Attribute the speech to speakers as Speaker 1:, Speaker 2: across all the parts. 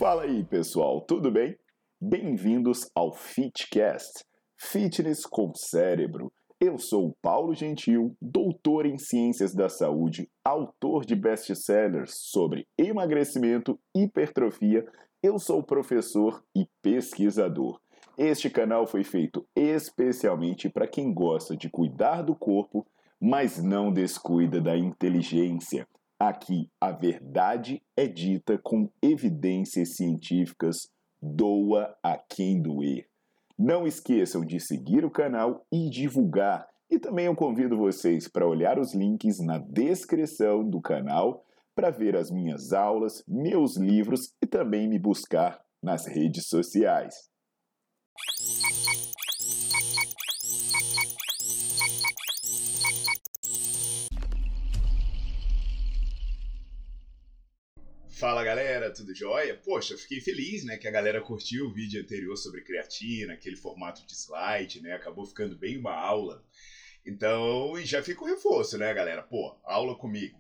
Speaker 1: Fala aí, pessoal, tudo bem? Bem-vindos ao FitCast, Fitness com Cérebro. Eu sou o Paulo Gentil, doutor em Ciências da Saúde, autor de best-sellers sobre emagrecimento, hipertrofia. Eu sou professor e pesquisador. Este canal foi feito especialmente para quem gosta de cuidar do corpo, mas não descuida da inteligência. Aqui, a verdade é dita com evidências científicas, doa a quem doer. Não esqueçam de seguir o canal e divulgar. E também eu convido vocês para olhar os links na descrição do canal para ver as minhas aulas, meus livros e também me buscar nas redes sociais.
Speaker 2: Fala galera, tudo jóia? Poxa, fiquei feliz, né, que a galera curtiu o vídeo anterior sobre creatina, aquele formato de slide, né, acabou ficando bem uma aula. Então, já fica o reforço, né, galera? Pô, aula comigo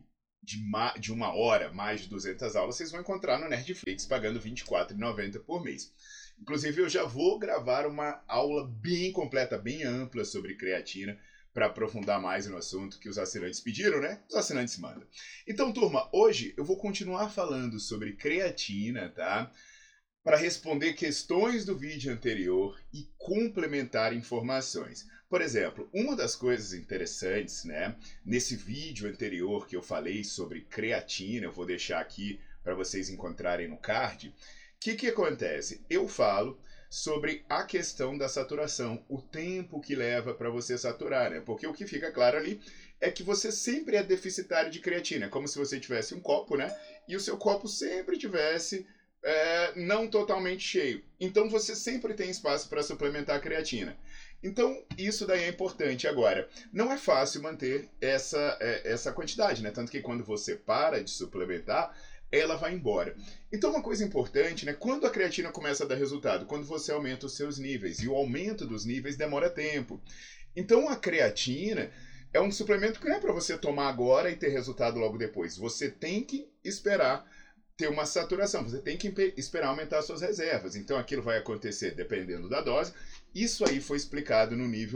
Speaker 2: de uma hora, mais de 200 aulas, vocês vão encontrar no Nerdflix pagando R$ 24,90 por mês. Inclusive, eu já vou gravar uma aula bem completa, bem ampla sobre creatina, para aprofundar mais no assunto que os assinantes pediram, né? Os assinantes mandam. Então, turma, hoje eu vou continuar falando sobre creatina, tá? Para responder questões do vídeo anterior e complementar informações. Por exemplo, uma das coisas interessantes, né? Nesse vídeo anterior que eu falei sobre creatina, eu vou deixar aqui para vocês encontrarem no card. O que acontece? Eu falo sobre a questão da saturação, o tempo que leva para você saturar, né? Porque o que fica claro ali é que você sempre é deficitário de creatina, é como se você tivesse um copo, né? E o seu copo sempre tivesse não totalmente cheio. Então você sempre tem espaço para suplementar a creatina. Então isso daí é importante. Agora, não é fácil manter essa quantidade, né? Tanto que quando você para de suplementar, ela vai embora. Então uma coisa importante, né? Quando a creatina começa a dar resultado? Quando você aumenta os seus níveis. E o aumento dos níveis demora tempo. Então a creatina é um suplemento que não é para você tomar agora e ter resultado logo depois. Você tem que esperar ter uma saturação. Você tem que esperar aumentar suas reservas. Então aquilo vai acontecer dependendo da dose. Isso aí foi explicado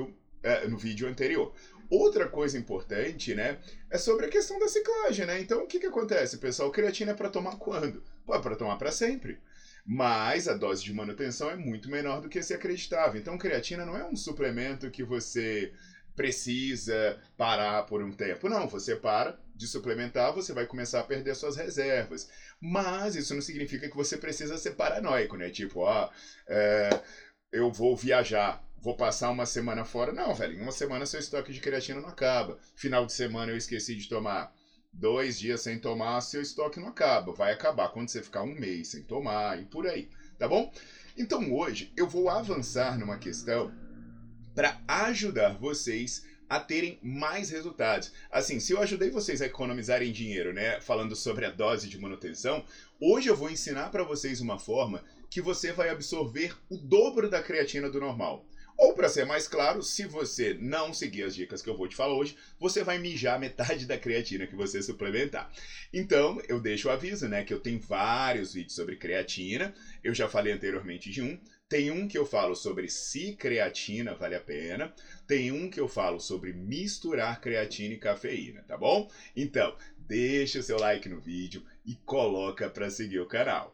Speaker 2: no vídeo anterior. Outra coisa importante, né, é sobre a questão da ciclagem, né? Então, o que acontece, pessoal? Creatina é para tomar quando? Pô, é para tomar para sempre. Mas a dose de manutenção é muito menor do que se acreditava. Então, creatina não é um suplemento que você precisa parar por um tempo. Não, você para de suplementar, você vai começar a perder suas reservas. Mas isso não significa que você precisa ser paranoico, né? Tipo, eu vou viajar, vou passar uma semana fora. Não, velho, em uma semana seu estoque de creatina não acaba. Final de semana eu esqueci de tomar. 2 dias sem tomar, seu estoque não acaba. Vai acabar quando você ficar um mês sem tomar e por aí, tá bom? Então hoje eu vou avançar numa questão para ajudar vocês a terem mais resultados. Assim, se eu ajudei vocês a economizarem dinheiro, né, falando sobre a dose de manutenção, hoje eu vou ensinar para vocês uma forma que você vai absorver o dobro da creatina do normal. Ou, para ser mais claro, se você não seguir as dicas que eu vou te falar hoje, você vai mijar metade da creatina que você suplementar. Então, eu deixo o aviso, né, que eu tenho vários vídeos sobre creatina. Eu já falei anteriormente de um. Tem um que eu falo sobre se creatina vale a pena. Tem um que eu falo sobre misturar creatina e cafeína, tá bom? Então, deixa o seu like no vídeo e coloca para seguir o canal.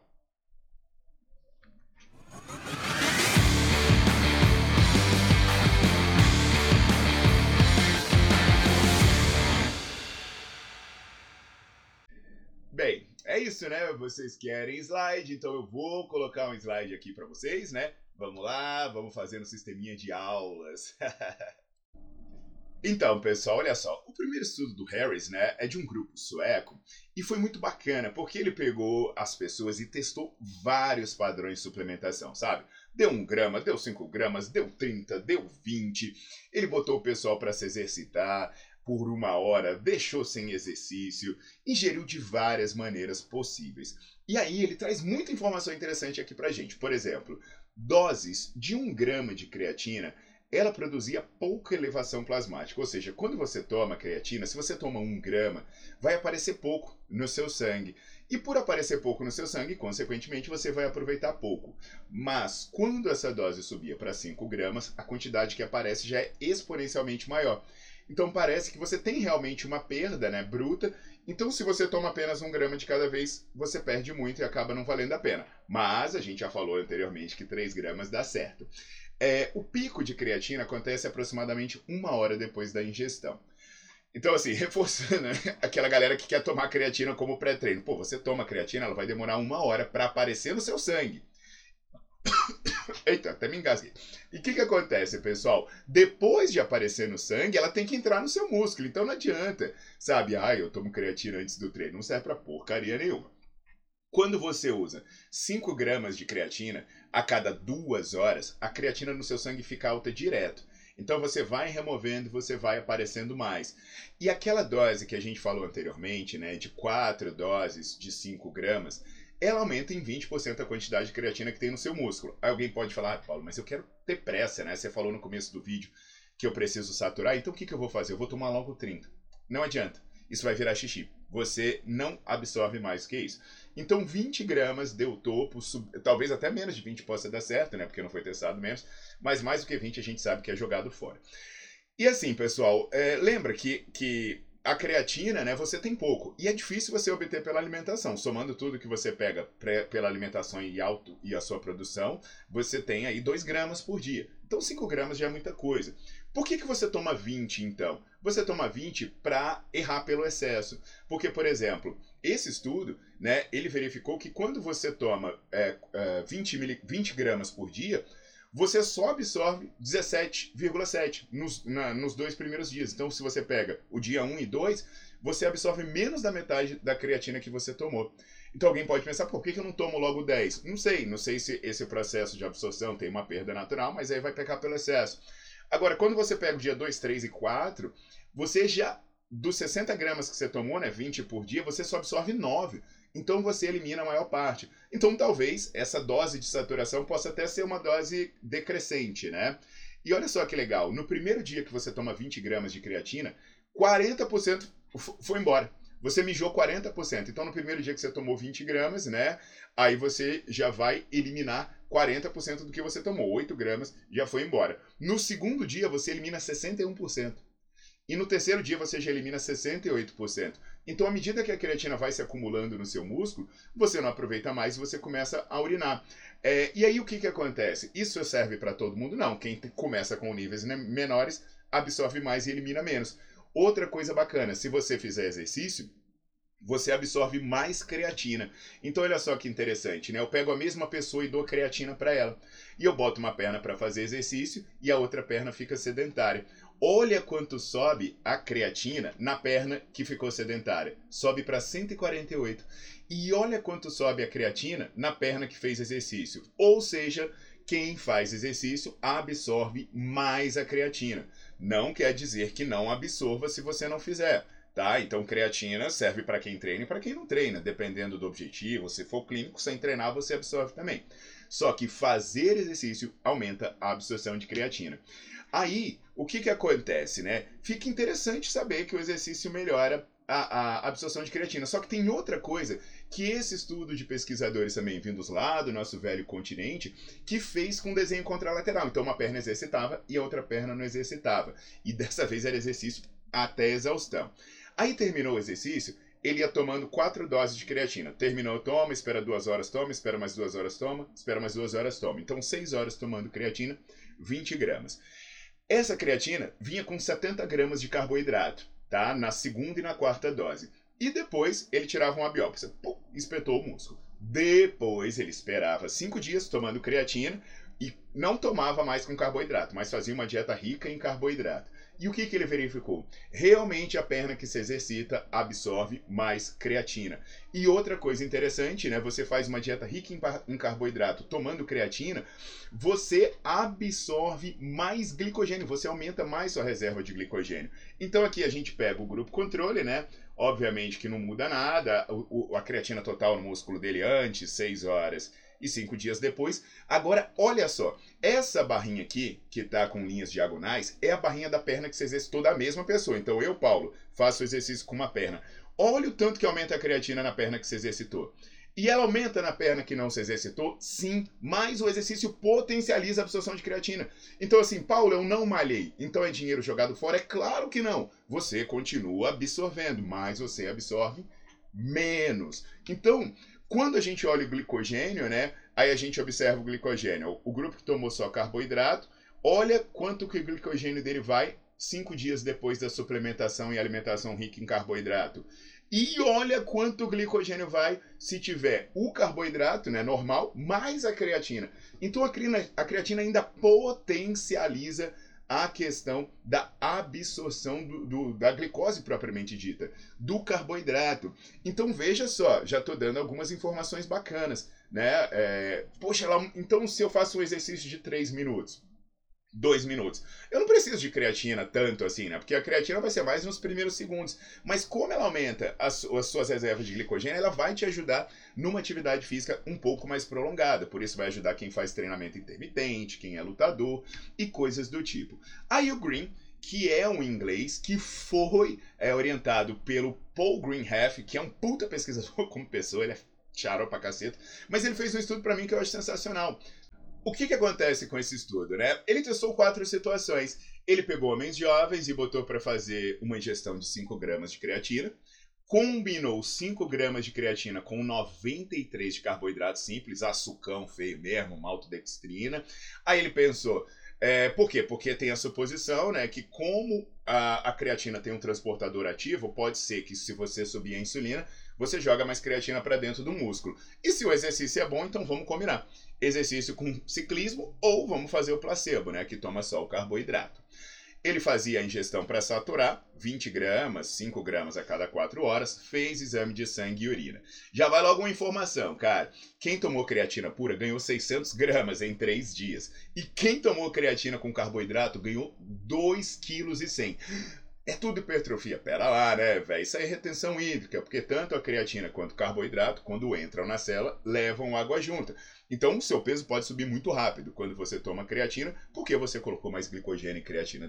Speaker 2: Bem, é isso, né? Vocês querem slide, então eu vou colocar um slide aqui para vocês, né? Vamos lá, vamos fazer um sisteminha de aulas. Então, pessoal, olha só. O primeiro estudo do Harris, né, é de um grupo sueco e foi muito bacana porque ele pegou as pessoas e testou vários padrões de suplementação, sabe? Deu 1 grama, deu 5 gramas, deu 30, deu 20. Ele botou o pessoal para se exercitar por 1 hora, deixou sem exercício, ingeriu de várias maneiras possíveis. E aí ele traz muita informação interessante aqui pra gente. Por exemplo, doses de 1 grama de creatina ela produzia pouca elevação plasmática. Ou seja, quando você toma creatina, se você toma 1 grama, vai aparecer pouco no seu sangue. E por aparecer pouco no seu sangue, consequentemente, você vai aproveitar pouco. Mas quando essa dose subia para 5 gramas, a quantidade que aparece já é exponencialmente maior. Então parece que você tem realmente uma perda, né, bruta. Então se você toma apenas 1 grama de cada vez, você perde muito e acaba não valendo a pena. Mas a gente já falou anteriormente que 3 gramas dá certo. O pico de creatina acontece aproximadamente 1 hora depois da ingestão. Então, assim, reforçando, né, aquela galera que quer tomar creatina como pré-treino. Pô, você toma creatina, ela vai demorar 1 hora para aparecer no seu sangue. Eita, até me engasguei. E o que acontece, pessoal? Depois de aparecer no sangue, ela tem que entrar no seu músculo. Então não adianta, sabe? Eu tomo creatina antes do treino. Não serve pra porcaria nenhuma. Quando você usa 5 gramas de creatina a cada 2 horas, a creatina no seu sangue fica alta direto. Então você vai removendo, você vai aparecendo mais. E aquela dose que a gente falou anteriormente, né, de 4 doses de 5 gramas, ela aumenta em 20% a quantidade de creatina que tem no seu músculo. Aí alguém pode falar, Paulo, mas eu quero ter pressa, né? Você falou no começo do vídeo que eu preciso saturar, então o que eu vou fazer? Eu vou tomar logo 30. Não adianta. Isso vai virar xixi. Você não absorve mais do que isso. Então 20 gramas deu topo, talvez até menos de 20 possa dar certo, né? Porque não foi testado menos, mas mais do que 20 a gente sabe que é jogado fora. E assim, pessoal, lembra que a creatina, né, você tem pouco. E é difícil você obter pela alimentação. Somando tudo que você pega pela alimentação e a sua produção, você tem aí 2 gramas por dia. Então 5 gramas já é muita coisa. Por que você toma 20, então? Você toma 20 para errar pelo excesso. Porque, por esse estudo, né, ele verificou que quando você toma 20 gramas por dia, você só absorve 17,7 nos 2 primeiros dias. Então, se você pega o dia 1 e 2, você absorve menos da metade da creatina que você tomou. Então, alguém pode pensar, por que eu não tomo logo 10? Não sei se esse processo de absorção tem uma perda natural, mas aí vai pecar pelo excesso. Agora, quando você pega o dia 2, 3 e 4, você já, dos 60 gramas que você tomou, né, 20 por dia, você só absorve 9. Então você elimina a maior parte. Então talvez essa dose de saturação possa até ser uma dose decrescente, né? E olha só que legal, no primeiro dia que você toma 20 gramas de creatina, 40% foi embora. Você mijou 40%. Então no primeiro dia que você tomou 20 gramas, né? Aí você já vai eliminar 40% do que você tomou. 8 gramas já foi embora. No segundo dia você elimina 61%. E no terceiro dia você já elimina 68%. Então, à medida que a creatina vai se acumulando no seu músculo, você não aproveita mais e você começa a urinar. E aí o que acontece? Isso serve para todo mundo? Não. Quem começa com níveis menores absorve mais e elimina menos. Outra coisa bacana, se você fizer exercício, você absorve mais creatina. Então olha só que interessante, né? Eu pego a mesma pessoa e dou creatina para ela. E eu boto uma perna para fazer exercício e a outra perna fica sedentária. Olha quanto sobe a creatina na perna que ficou sedentária. Sobe para 148. E olha quanto sobe a creatina na perna que fez exercício. Ou seja, quem faz exercício absorve mais a creatina. Não quer dizer que não absorva se você não fizer. Tá? Então, creatina serve para quem treina e para quem não treina, dependendo do objetivo. Se for clínico, sem treinar, você absorve também. Só que fazer exercício aumenta a absorção de creatina. Aí, o que acontece, né? Fica interessante saber que o exercício melhora a absorção de creatina. Só que tem outra coisa que esse estudo de pesquisadores também vindos lá do nosso velho continente, que fez com desenho contralateral. Então, uma perna exercitava e a outra perna não exercitava. E dessa vez era exercício até exaustão. Aí terminou o exercício, ele ia tomando 4 doses de creatina. Terminou, toma, espera 2 horas, toma, espera mais 2 horas, toma, espera mais 2 horas, toma. Então 6 horas tomando creatina, 20 gramas. Essa creatina vinha com 70 gramas de carboidrato, tá? Na segunda e na quarta dose. E depois ele tirava uma biópsia, pum, espetou o músculo. Depois ele esperava 5 dias tomando creatina e não tomava mais com carboidrato, mas fazia uma dieta rica em carboidrato. E o que ele verificou? Realmente a perna que se exercita absorve mais creatina. E outra coisa interessante, né? Você faz uma dieta rica em carboidrato tomando creatina, você absorve mais glicogênio, você aumenta mais sua reserva de glicogênio. Então aqui a gente pega o grupo controle, né? Obviamente que não muda nada, a creatina total no músculo dele antes, 6 horas e 5 dias depois. Agora, olha só, essa barrinha aqui, que tá com linhas diagonais, é a barrinha da perna que você exercitou da mesma pessoa. Então eu, Paulo, faço o exercício com uma perna. Olha o tanto que aumenta a creatina na perna que você exercitou. E ela aumenta na perna que não se exercitou? Sim, mas o exercício potencializa a absorção de creatina. Então assim, Paulo, eu não malhei, então é dinheiro jogado fora? É claro que não. Você continua absorvendo, mas você absorve menos. Então, quando a gente olha o glicogênio, né, aí a gente observa o glicogênio. O grupo que tomou só carboidrato, olha quanto que o glicogênio dele vai 5 dias depois da suplementação e alimentação rica em carboidrato. E olha quanto glicogênio vai se tiver o carboidrato, né, normal, mais a creatina. Então a creatina ainda potencializa a questão da absorção da glicose propriamente dita, do carboidrato. Então veja só, já estou dando algumas informações bacanas, né? Então se eu faço um exercício de 3 minutos, 2 minutos. Eu não preciso de creatina tanto assim, né? Porque a creatina vai ser mais nos primeiros segundos. Mas como ela aumenta as suas reservas de glicogênio, ela vai te ajudar numa atividade física um pouco mais prolongada. Por isso vai ajudar quem faz treinamento intermitente, quem é lutador e coisas do tipo. Aí o Green, que é um inglês que foi orientado pelo Paul Greenhalgh, que é um puta pesquisador como pessoa, ele é xarope pra caceta, mas ele fez um estudo pra mim que eu acho sensacional. O que acontece com esse estudo, né? Ele testou 4 situações. Ele pegou homens jovens e botou para fazer uma ingestão de 5 gramas de creatina, combinou 5 gramas de creatina com 93 de carboidrato simples, açucão feio mesmo, maltodextrina. Aí ele pensou, por quê? Porque tem a suposição, né, que como a creatina tem um transportador ativo, pode ser que se você subir a insulina, você joga mais creatina para dentro do músculo. E se o exercício é bom, então vamos combinar. Exercício com ciclismo ou vamos fazer o placebo, né, que toma só o carboidrato. Ele fazia a ingestão para saturar, 20 gramas, 5 gramas a cada 4 horas, fez exame de sangue e urina. Já vai logo uma informação, cara. Quem tomou creatina pura ganhou 600 gramas em 3 dias. E quem tomou creatina com carboidrato ganhou 2,1 kg. É tudo hipertrofia. Pera lá, né, velho? Isso aí é retenção hídrica, porque tanto a creatina quanto o carboidrato, quando entram na célula, levam água junto. Então, o seu peso pode subir muito rápido quando você toma creatina, porque você colocou mais glicogênio e creatina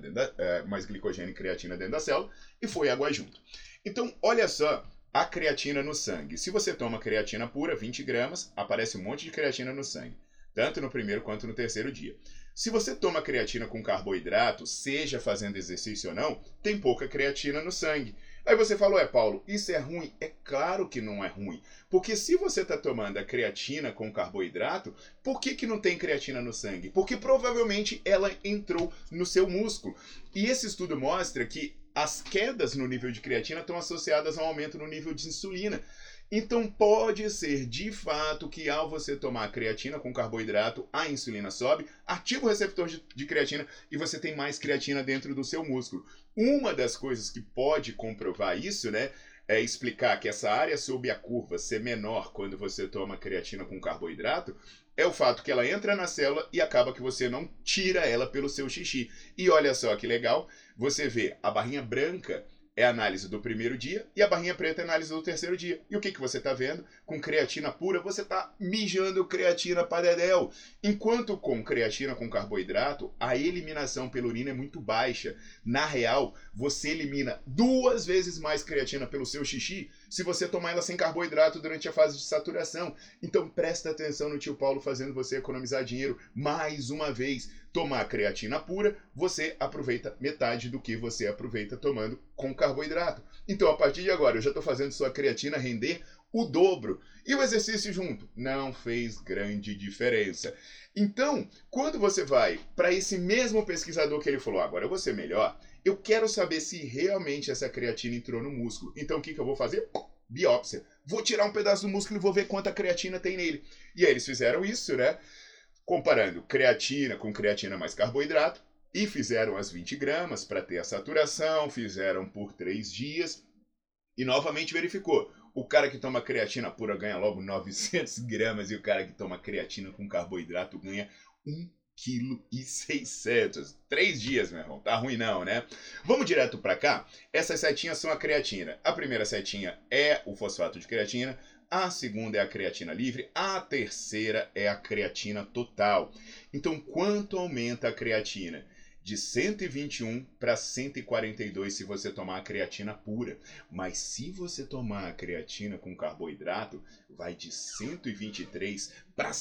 Speaker 2: dentro da célula e foi água junto. Então, olha só a creatina no sangue. Se você toma creatina pura, 20 gramas, aparece um monte de creatina no sangue, tanto no primeiro quanto no terceiro dia. Se você toma creatina com carboidrato, seja fazendo exercício ou não, tem pouca creatina no sangue. Aí você falou, Paulo, isso é ruim? É claro que não é ruim. Porque se você está tomando a creatina com carboidrato, por que não tem creatina no sangue? Porque provavelmente ela entrou no seu músculo. E esse estudo mostra que as quedas no nível de creatina estão associadas a um aumento no nível de insulina. Então pode ser de fato que ao você tomar creatina com carboidrato, a insulina sobe, ativa o receptor de creatina e você tem mais creatina dentro do seu músculo. Uma das coisas que pode comprovar isso, né, é explicar que essa área sob a curva ser menor quando você toma creatina com carboidrato, é o fato que ela entra na célula e acaba que você não tira ela pelo seu xixi. E olha só que legal, você vê a barrinha branca é a análise do primeiro dia e a barrinha preta é a análise do terceiro dia. E o que você está vendo? Com creatina pura, você está mijando creatina para dedéu. Enquanto com creatina com carboidrato, a eliminação pela urina é muito baixa. Na real, você elimina 2 vezes mais creatina pelo seu xixi se você tomar ela sem carboidrato durante a fase de saturação. Então presta atenção no tio Paulo fazendo você economizar dinheiro mais uma vez. Tomar creatina pura, você aproveita metade do que você aproveita tomando com carboidrato. Então, a partir de agora, eu já estou fazendo sua creatina render o dobro. E o exercício junto? Não fez grande diferença. Então, quando você vai para esse mesmo pesquisador que ele falou, agora eu vou ser melhor, eu quero saber se realmente essa creatina entrou no músculo. Então, o que eu vou fazer? Biópsia. Vou tirar um pedaço do músculo e vou ver quanta creatina tem nele. E aí eles fizeram isso, né? Comparando creatina com creatina mais carboidrato, e fizeram as 20 gramas para ter a saturação, fizeram por 3 dias, e novamente verificou. O cara que toma creatina pura ganha logo 900 gramas, e o cara que toma creatina com carboidrato ganha 1,6 kg. 3 dias, meu irmão. Tá ruim não, né? Vamos direto para cá. Essas setinhas são a creatina. A primeira setinha é o fosfato de creatina. a segunda é a creatina livre, a terceira é a creatina total. Então, quanto aumenta a creatina? De 121 para 142 se você tomar a creatina pura. Mas se você tomar a creatina com carboidrato, vai de 123 para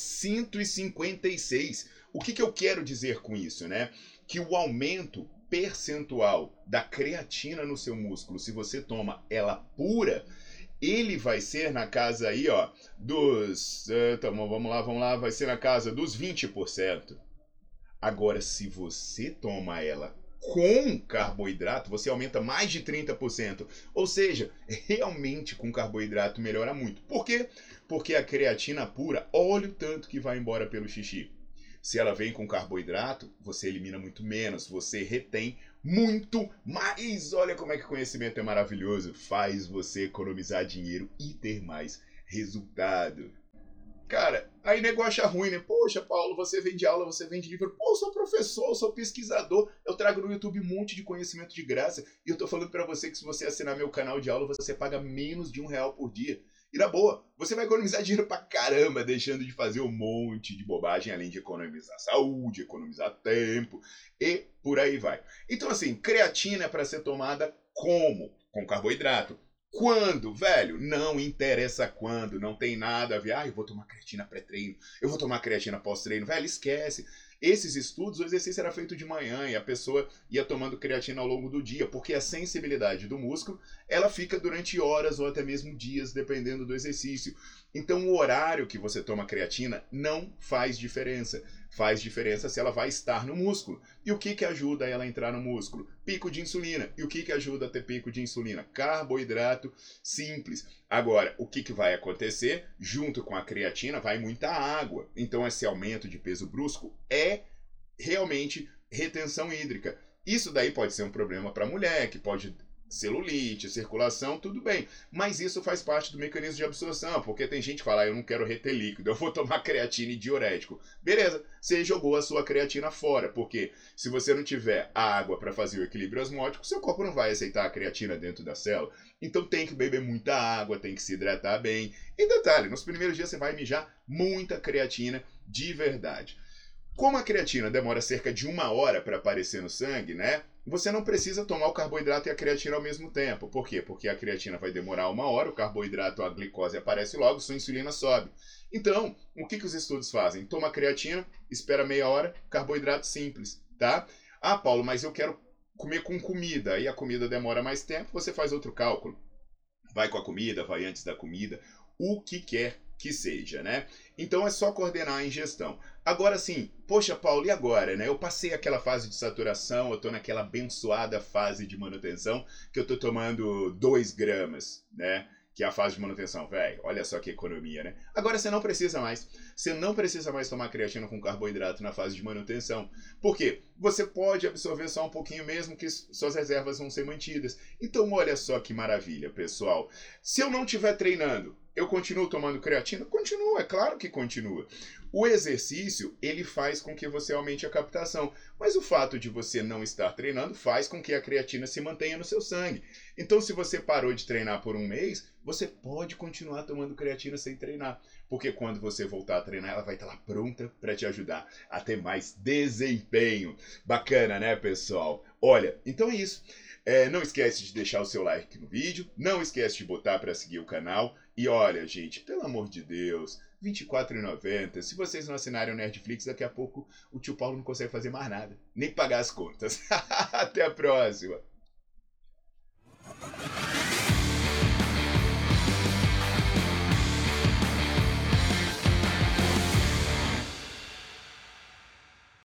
Speaker 2: 156. O que eu quero dizer com isso, né? Que o aumento percentual da creatina no seu músculo, se você toma ela pura, ele vai ser na casa aí, ó, dos... vamos lá, vai ser na casa dos 20%. Agora, se você toma ela com carboidrato, você aumenta mais de 30%. Ou seja, realmente com carboidrato melhora muito. Por quê? Porque a creatina pura, olha o tanto que vai embora pelo xixi. Se ela vem com carboidrato, você elimina muito menos, você retém muito mais. Olha como é que o conhecimento é maravilhoso. Faz você economizar dinheiro e ter mais resultado. Cara, aí negócio ruim, né? Poxa, Paulo, você vende aula, você vende livro. Pô, eu sou professor, eu sou pesquisador. Eu trago no YouTube um monte de conhecimento de graça. E eu tô falando pra você que se você assinar meu canal de aula, você paga menos de R$1 por dia. E na boa, você vai economizar dinheiro pra caramba, deixando de fazer um monte de bobagem, além de economizar saúde, economizar tempo e por aí vai. Então, assim, creatina é pra ser tomada como? Com carboidrato. Quando, velho? Não interessa quando, não tem nada a ver. Eu vou tomar creatina pré-treino, eu vou tomar creatina pós-treino. Velho, esquece. Esses estudos, o exercício era feito de manhã e a pessoa ia tomando creatina ao longo do dia, porque a sensibilidade do músculo, ela fica durante horas ou até mesmo dias, dependendo do exercício. Então, o horário que você toma creatina não faz diferença. Faz diferença se ela vai estar no músculo. E o que ajuda ela a entrar no músculo? Pico de insulina. E o que ajuda a ter pico de insulina? Carboidrato simples. Agora, o que vai acontecer? Junto com a creatina vai muita água. Então, esse aumento de peso brusco é realmente retenção hídrica. Isso daí pode ser um problema para a mulher, que pode celulite, circulação, tudo bem. Mas isso faz parte do mecanismo de absorção, porque tem gente que fala, eu não quero reter líquido, eu vou tomar creatina e diurético. Beleza, você jogou a sua creatina fora, porque se você não tiver água para fazer o equilíbrio osmótico, seu corpo não vai aceitar a creatina dentro da célula. Então tem que beber muita água, tem que se hidratar bem. E detalhe, nos primeiros dias você vai mijar muita creatina de verdade. Como a creatina demora cerca de 1 hora para aparecer no sangue, né? Você não precisa tomar o carboidrato e a creatina ao mesmo tempo. Por quê? Porque a creatina vai demorar 1 hora, o carboidrato, a glicose aparece logo, sua insulina sobe. Então, o que os estudos fazem? Toma a creatina, espera meia hora, carboidrato simples, tá? Ah, Paulo, mas eu quero comer com comida, e a comida demora mais tempo, você faz outro cálculo. Vai com a comida, vai antes da comida, o que quer que seja, né? Então é só coordenar a ingestão. Agora sim, poxa, Paulo, e agora, né? Eu passei aquela fase de saturação, eu tô naquela abençoada fase de manutenção, que eu tô tomando 2 gramas, né? Que é a fase de manutenção, velho. Olha só que economia, né? Agora você não precisa mais. Você não precisa mais tomar creatina com carboidrato na fase de manutenção. Por quê? Você pode absorver só um pouquinho mesmo, que suas reservas vão ser mantidas. Então olha só que maravilha, pessoal. Se eu não estiver treinando, eu continuo tomando creatina? Continua, é claro que continua. O exercício, ele faz com que você aumente a captação. Mas o fato de você não estar treinando faz com que a creatina se mantenha no seu sangue. Então, se você parou de treinar por 1 mês, você pode continuar tomando creatina sem treinar. Porque quando você voltar a treinar, ela vai estar lá pronta para te ajudar a ter mais desempenho. Bacana, né, pessoal? Olha, então é isso. Não esquece de deixar o seu like no vídeo. Não esquece de botar para seguir o canal. E olha, gente, pelo amor de Deus, R$24,90. Se vocês não assinarem o Nerdflix, daqui a pouco o tio Paulo não consegue fazer mais nada. Nem pagar as contas. Até a próxima.